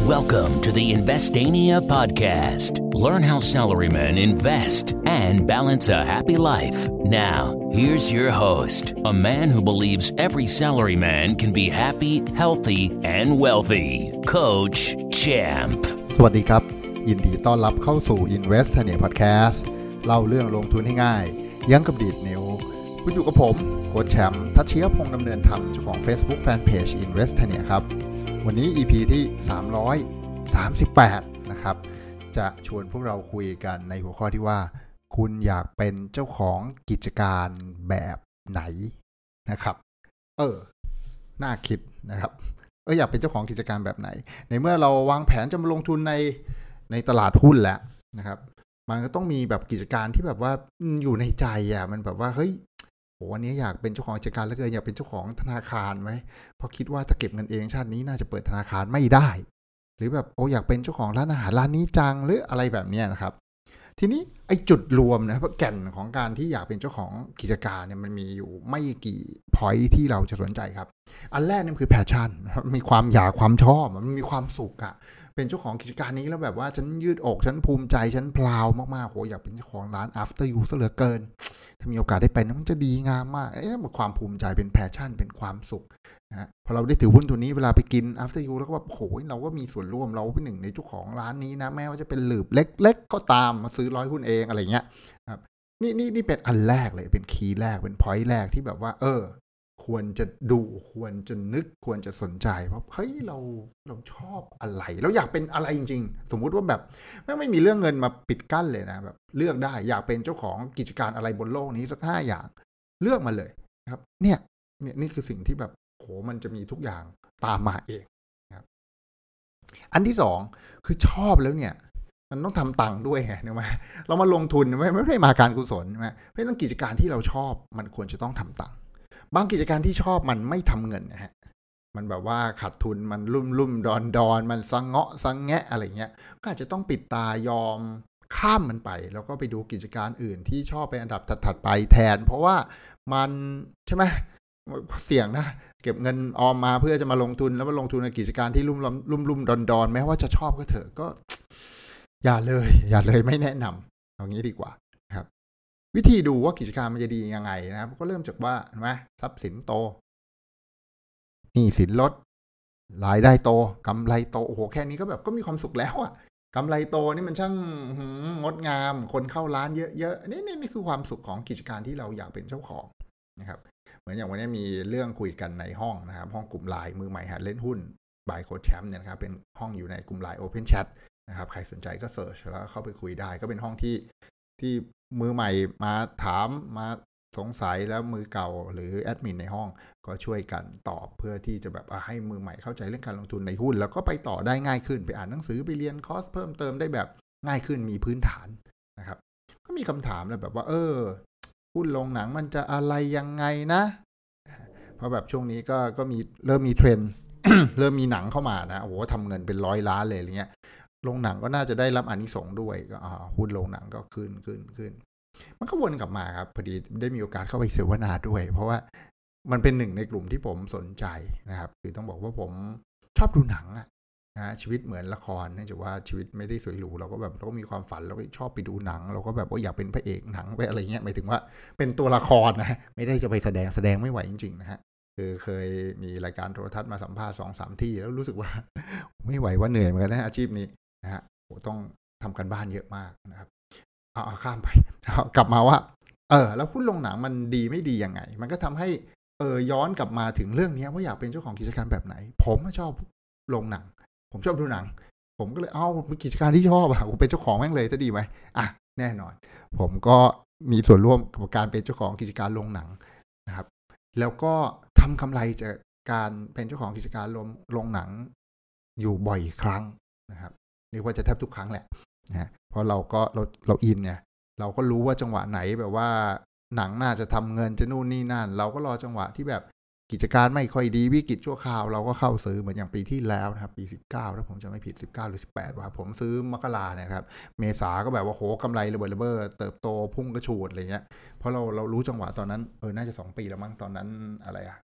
Welcome to the Investania podcast. Learn how salarymen invest and balance a happy life. Now, here's your host, a man who believes every salaryman can be happy, healthy, and wealthy, Coach Champ. สวัสดีครับยินดีต้อนรับเข้าสู่ Investania podcast เล่าเรื่องลงทุนให้ง่ายยังกับดีดนิ้วคุณอยู่กับผมโค้ชแชมป์ทัชเชียพงษ์ดำเนินธรรมเจ้าของ Facebook Fanpage Investania ครับวันนี้ EP ที่338นะครับจะชวนพวกเราคุยกันในหัวข้อที่ว่าคุณอยากเป็นเจ้าของกิจการแบบไหนนะครับน่าคิดนะครับอยากเป็นเจ้าของกิจการแบบไหนในเมื่อเราวางแผนจะมาลงทุนในตลาดหุ้นแล้วนะครับมันก็ต้องมีแบบกิจการที่แบบว่าอยู่ในใจมันแบบว่าเฮ้ยวันนี้อยากเป็นเจ้าของกิจการแล้วอยากเป็นเจ้าของธนาคารไหมเพราะคิดว่าถ้าเก็บเงินเองชาตินี้น่าจะเปิดธนาคารไม่ได้หรือแบบอยากเป็นเจ้าของร้านอาหารร้านนี้จังหรืออะไรแบบนี้นะครับทีนี้ไอ้จุดรวมนะแก่นของการที่อยากเป็นเจ้าของกิจการเนี่ยมันมีอยู่ไม่กี่พอยท์ที่เราจะสนใจครับอันแรกนี่คือแพชชั่นมีความอยากความชอบมันมีความสุขเป็นเจ้าของกิจการนี้แล้วแบบว่าฉันยืดอกฉันภูมิใจฉันพลาวมากๆอยากเป็นเจ้าของร้าน after you ซะเหลือเกินถ้ามีโอกาสได้ไปมันจะดีงามมากนี่เป็นความภูมิใจเป็นแพชชั่นเป็นความสุขนะพอเราได้ถือหุ้นตัวนี้เวลาไปกิน after you แล้วก็แบบเราก็มีส่วนร่วมเราเป็นหนึ่งในเจ้าของร้านนี้นะแม้ว่าจะเป็นหลืบเล็กๆก็ตามมาซื้อ100หุ้นเองอะไรเงี้ยครับนี่เป็นอันแรกเลยเป็นคีย์แรกเป็นพอยต์แรกที่แบบว่าควรจะดูควรจะนึกควรจะสนใจเพราะเฮ้ยเราชอบอะไรเราอยากเป็นอะไรจริงๆสมมุติว่าแบบไม่มีเรื่องเงินมาปิดกั้นเลยนะแบบเลือกได้อยากเป็นเจ้าของกิจการอะไรบนโลกนี้สัก5อย่างเลือกมาเลยครับนี่คือสิ่งที่แบบมันจะมีทุกอย่างตามมาเองนะครับอันที่2คือชอบแล้วเนี่ยมันต้องทำตังค์ด้วยไงนึกไหมเรามาลงทุนไม่ได้มาการกุศลใช่ไหมเพราะฉะนั้นกิจการที่เราชอบมันควรจะต้องทำตังค์บางกิจการที่ชอบมันไม่ทำเงินนะฮะมันแบบว่าขาดทุนมันลุ่มดอนมันสังเงาะสังแงะอะไรเงี้ยก็อาจจะต้องปิดตายอมข้ามมันไปแล้วก็ไปดูกิจการอื่นที่ชอบเป็นอันดับถัดไปแทนเพราะว่ามันใช่ไหมเสี่ยงนะเก็บเงินออมมาเพื่อจะมาลงทุนแล้วมาลงทุนในกิจการที่ลุ่มดอนแม้ว่าจะชอบก็เถอะก็อย่าเลยไม่แนะนำเอางี้ดีกว่าครับวิธีดูว่ากิจการมันจะดียังไงนะครับก็เริ่มจากว่าเห็นไหมทรัพย์สินโตหนี้สินลดรายได้โตกำไรโตแค่นี้ก็แบบก็มีความสุขแล้วกำไรโตนี่มันช่างงดงามคนเข้าร้านเยอะๆนี่คือความสุขของกิจการที่เราอยากเป็นเจ้าของนะครับเหมือนอย่างวันนี้มีเรื่องคุยกันในห้องนะครับห้องกลุ่มไลน์มือใหม่หัดเล่นหุ้นบายโค้ชแชมป์เนี่ยนะครับเป็นห้องอยู่ในกลุ่มไลน์ Open Chat นะครับใครสนใจก็เสิร์ชแล้วเข้าไปคุยได้ก็เป็นห้องที่มือใหม่มาถามมาสงสัยแล้วมือเก่าหรือแอดมินในห้องก็ช่วยกันตอบเพื่อที่จะแบบให้มือใหม่เข้าใจเรื่องการลงทุนในหุ้นแล้วก็ไปต่อได้ง่ายขึ้นไปอ่านหนังสือไปเรียนคอร์สเพิ่มเติมได้แบบง่ายขึ้นมีพื้นฐานนะครับก็มีคำถามเลยแบบว่าหุ้นลงหนังมันจะอะไรยังไงนะเพราะแบบช่วงนี้ก็มีเริ่มมีเทรนด์ เริ่มมีหนังเข้ามานะทำเงินเป็น100 ล้านเลยอะไรเงี้ยโรงหนังก็น่าจะได้รับอานิสงส์ด้วยก็หุ้นโรงหนังก็ขึ้นมันก็วนกลับมาครับพอดีได้มีโอกาสเข้าไปเสวนาด้วยเพราะว่ามันเป็นหนึ่งในกลุ่มที่ผมสนใจนะครับคือต้องบอกว่าผมชอบดูหนังนะชีวิตเหมือนละครเนื่องจากว่าชีวิตไม่ได้สวยหรูเราก็มีความฝันเราก็ชอบไปดูหนังเราก็แบบว่าอยากเป็นพระเอกหนังไปอะไรเงี้ยหมายถึงว่าเป็นตัวละครนะไม่ได้จะไปแสดงไม่ไหวจริงๆนะฮะคือเคยมีรายการโทรทัศน์มาสัมภาษณ์ 2-3 ที่แล้วรู้สึกว่าไม่ไหวว่าเหนื่อยเหมือนกันนะอาชีพนี้นะฮะต้องทำกันบ้านเยอะมากนะครับข้ามไปกลับมาว่าแล้วหุ้นโรงหนังมันดีไม่ดียังไงมันก็ทำให้ย้อนกลับมาถึงเรื่องนี้ว่าอยากเป็นเจ้าของกิจการแบบไหนผมชอบโรงหนังผมชอบดูหนังผมก็เลยเป็นกิจการที่ชอบผมเป็นเจ้าของแม่งเลยจะดีไหมแน่นอนผมก็มีส่วนร่วมกับการเป็นเจ้าของกิจการโรงหนังนะครับแล้วก็ทำกำไรจากการเป็นเจ้าของกิจการโรงหนังอยู่บ่อยครั้งนะครับเรียกว่าจะแทบทุกครั้งแหละนะเพราะเราอินเนี่ยเราก็รู้ว่าจังหวะไหนแบบว่าหนังน่าจะทำเงินจะนู่นนี่นั่นเราก็รอจังหวะที่แบบกิจการไม่ค่อยดีวิกฤตชั่วคราวเราก็เข้าซื้อเหมือนอย่างปีที่แล้วนะครับปี19ถ้าผมจำไม่ผิด19หรือ18ว่าผมซื้อมกราเนี่ยครับเมษาก็แบบว่ากำไรระเบิดเติบโตพุ่งกระฉูดอะไรเงี้ยเพราะเรารู้จังหวะตอนนั้นน่าจะ2 ปีแล้วมั้งตอนนั้นอะไร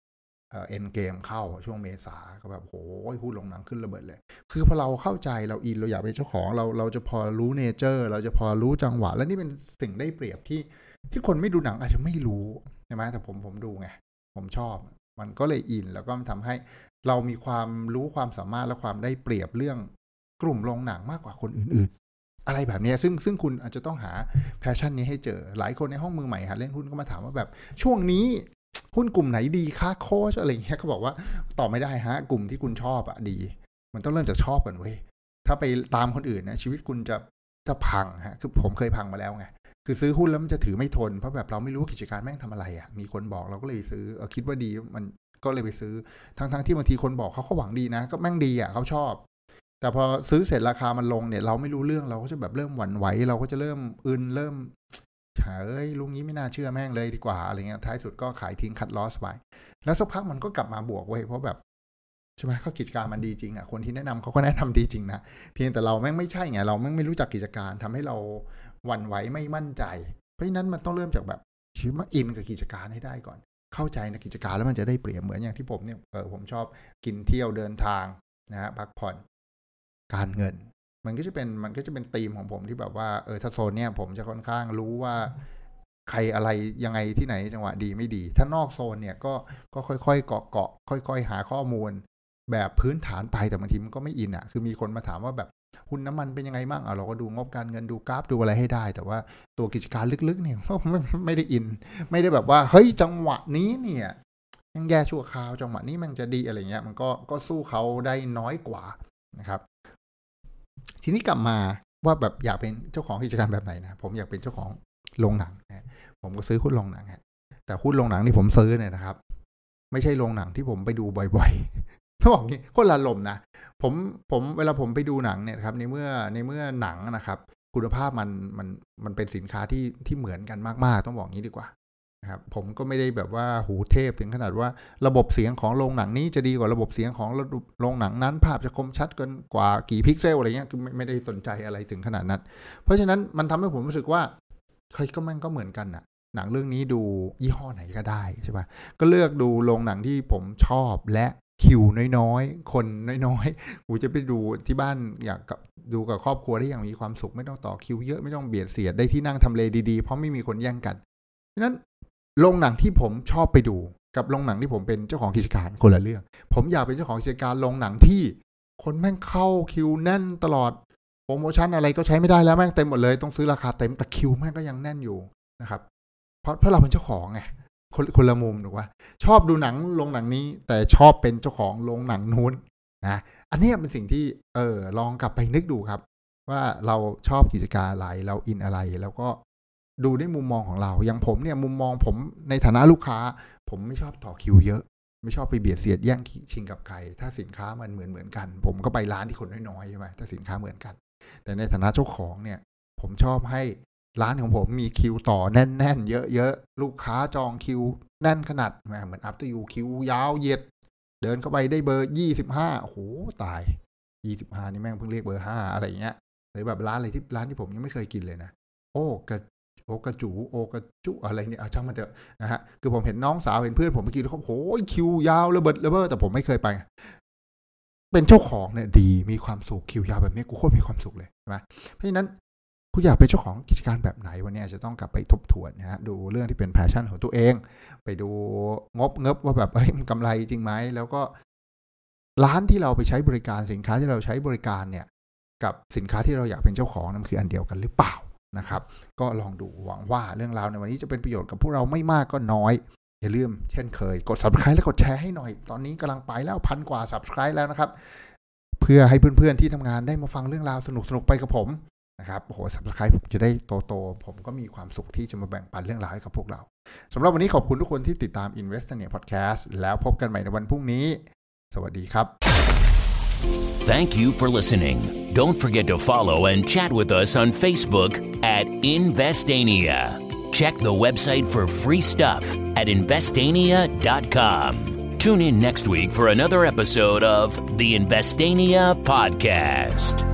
เอ็นเกมเข้าช่วงเมษาก็แบบโหหุ้นลงหนังขึ้นระเบิดเลยคือพอเราเข้าใจเราอินเราอยากเป็นเจ้าของเราจะพอรู้เนเจอร์เราจะพอรู้จังหวะและนี่เป็นสิ่งได้เปรียบที่คนไม่ดูหนังอาจจะไม่รู้ใช่ไหมแต่ผมดูไงผมชอบมันก็เลยอินแล้วก็ทำให้เรามีความรู้ความสามารถและความได้เปรียบเรื่องกลุ่มโรงหนังมากกว่าคนอื่นๆอะไรแบบนี้ซึ่งคุณอาจจะต้องหาแพชชั่นนี้ให้เจอหลายคนในห้องมือใหม่หัดเล่นหุ้นก็มาถามว่าแบบช่วงนี้หุ้นกลุ่มไหนดีคะโค้ชอะไรอย่างเงี้ยเขาบอกว่าตอบไม่ได้ฮะกลุ่มที่คุณชอบอะดีมันต้องเริ่มจากชอบก่อนเว้ยถ้าไปตามคนอื่นนะชีวิตคุณจะพังฮะคือผมเคยพังมาแล้วไงคือซื้อหุ้นแล้วมันจะถือไม่ทนเพราะแบบเราไม่รู้กิจการแม่งทำอะไรอ่ะมีคนบอกเราก็เลยซื้อคิดว่าดีมันก็เลยไปซื้อทั้งที่บางทีคนบอกเขาหวังดีนะก็แม่งดีอ่ะเขาชอบแต่พอซื้อเสร็จราคามันลงเนี่ยเราไม่รู้เรื่องเราก็จะแบบเริ่มหวั่นไหวเราก็จะเริ่มเริ่มลุงนี้ไม่น่าเชื่อแม่งเลยดีกว่าอะไรเงี้ยท้ายสุดก็ขายทิ้งคัดลอสไปแล้วสักพักมันก็กลับมาบวกเว้ยเพราะแบบใช่ไหมเขากิจการมันดีจริงอ่ะคนที่แนะนำเขาก็แนะนำดีจริงนะเพียงแต่เราแม่งไม่ใช่ไงเราแม่งไม่รู้จักกิจการทำให้เราหวั่นไหวไม่มั่นใจเพราะฉะนั้นมันต้องเริ่มจากแบบชีวิตอินกับกิจการให้ได้ก่อนเข้าใจในกิจการแล้วมันจะได้เปรียบเหมือนอย่างที่ผมเนี่ยผมชอบกินเที่ยวเดินทางนะฮะพักผ่อนการเงินมันก็จะเป็นธีมของผมที่แบบว่าถ้าโซนเนี่ยผมจะค่อนข้างรู้ว่าใครอะไรยังไงที่ไหนจังหวะดีไม่ดีถ้านอกโซนเนี่ยก็ค่อยๆเกาะค่อยๆหาข้อมูลแบบพื้นฐานไปแต่บางทีมันก็ไม่อินอ่ะคือมีคนมาถามว่าแบบหุ้นน้ำมันเป็นยังไงบ้างเราก็ดูงบการเงินดูกราฟดูอะไรให้ได้แต่ว่าตัวกิจการลึกๆเนี่ยไม่ได้อินไม่ได้แบบว่าเฮ้ยจังหวะนี้เนี่ยยังแย่ชั่วคราวจังหวะนี้มันจะดีอะไรเงี้ยมันก็สู้เขาได้น้อยกว่านะครับทีนี้กลับมาว่าแบบอยากเป็นเจ้าของกิจการแบบไหนนะผมอยากเป็นเจ้าของโรงหนังนะผมก็ซื้อหุ้นโรงหนังฮะแต่หุ้นโรงหนังที่ผมซื้อเนี่ยนะครับไม่ใช่โรงหนังที่ผมไปดูบ่อยๆต้องบอกงี้คนละลมนะผมเวลาผมไปดูหนังเนี่ยครับในเมื่อหนังนะครับคุณภาพมันเป็นสินค้าที่เหมือนกันมากๆต้องบอกงี้ดีกว่านะครับผมก็ไม่ได้แบบว่าหูเทพถึงขนาดว่าระบบเสียงของโรงหนังนี้จะดีกว่าระบบเสียงของโรงหนังนั้นภาพจะคมชัดเกินกว่ากี่พิกเซลอะไรเงี้ยคือไม่ได้สนใจอะไรถึงขนาดนั้นเพราะฉะนั้นมันทำให้ผมรู้สึกว่าใครก็มันก็เหมือนกันน่ะหนังเรื่องนี้ดูยี่ห้อไหนก็ได้ใช่ป่ะก็เลือกดูโรงหนังที่ผมชอบและคิวน้อยๆคนน้อยๆกูจะไปดูที่บ้านอยากดูกับครอบครัวได้อย่างมีความสุขไม่ต้องต่อคิวเยอะไม่ต้องเบียดเสียดได้ที่นั่งทำเลดีๆเพราะไม่มีคนแย่งกันเพราะฉะนั้นโรงหนังที่ผมชอบไปดูกับโรงหนังที่ผมเป็นเจ้าของกิจการคนละเรื่องผมอยากเป็นเจ้าของกิจการโรงหนังที่คนแม่งเข้าคิวแน่นตลอดโปรโมชั่นอะไรก็ใช้ไม่ได้แล้วแม่งเต็มหมดเลยต้องซื้อราคาเต็มแต่คิวแม่งก็ยังแน่นอยู่นะครับเพราะเราเป็นเจ้าของไงคนละมุมถูกป่ะชอบดูหนังโรงหนังนี้แต่ชอบเป็นเจ้าของโรงหนังนู้นนะอันนี้เป็นสิ่งที่ลองกลับไปนึกดูครับว่าเราชอบกิจการอะไรเราอินอะไรแล้วก็ดูด้วยมุมมองของเราอย่างผมเนี่ยมุมมองผมในฐานะลูกค้าผมไม่ชอบต่อคิวเยอะไม่ชอบไปเบียดเสียดแย่งชิงกับใครถ้าสินค้ามันเหมือนกันผมก็ไปร้านที่คนน้อยๆใช่ไหมถ้าสินค้าเหมือนกันแต่ในฐานะเจ้าของเนี่ยผมชอบให้ร้านของผมมีคิวต่อแน่นๆเยอะๆลูกค้าจองคิวแน่นขนาดเหมือน After You คิวยาวเหยียดเดินเข้าไปได้เบอร์25โอ้โหตาย25นี่แม่งเพิ่งเรียกเบอร์5อะไรอย่างเงี้ยหรือแบบร้านที่ผมยังไม่เคยกินเลยนะโอ้กระจุอะไรเนี่ยช่างมันเถอะนะฮะคือผมเห็นน้องสาวเห็นเพื่อนผมไปกินแล้วโอ้โหคิวยาวระเบิดแต่ผมไม่เคยไปเป็นเจ้าของเนี่ยดีมีความสุขคิวยาวแบบนี้กูโคตรมีความสุขเลยใช่ไหมเพราะฉะนั้นคุณอยากเป็นเจ้าของกิจการแบบไหนวันนี้อาจจะต้องกลับไปทบทวนนะฮะดูเรื่องที่เป็นแพชชั่นของตัวเองไปดูงบว่าแบบมันกำไรจริงไหมแล้วก็ร้านที่เราไปใช้บริการสินค้าที่เราใช้บริการเนี่ยกับสินค้าที่เราอยากเป็นเจ้าของนั่นคืออันเดียวกันหรือเปล่านะครับก็ลองดูหวังว่าเรื่องราวในวันนี้จะเป็นประโยชน์กับพวกเราไม่มากก็น้อยอย่าลืมเช่นเคยกด Subscribe และกดแชร์ให้หน่อยตอนนี้กำลังไปแล้ว1,000 กว่า Subscribe แล้วนะครับเพื่อให้เพื่อนๆที่ทำงานได้มาฟังเรื่องราวสนุกๆไปกับผมนะครับโอ้โห Subscribe จะได้โตผมก็มีความสุขที่จะมาแบ่งปันเรื่องราวให้กับพวกเราสำหรับวันนี้ขอบคุณทุกคนที่ติดตาม Investonia Podcast แล้วพบกันใหม่ในวันพรุ่งนี้สวัสดีครับ Thank you for listening. Don't forget to follow and chat with us on Facebook at Investania. Check the website for free stuff at Investania.com. Tune in next week for another episode of the Investania Podcast.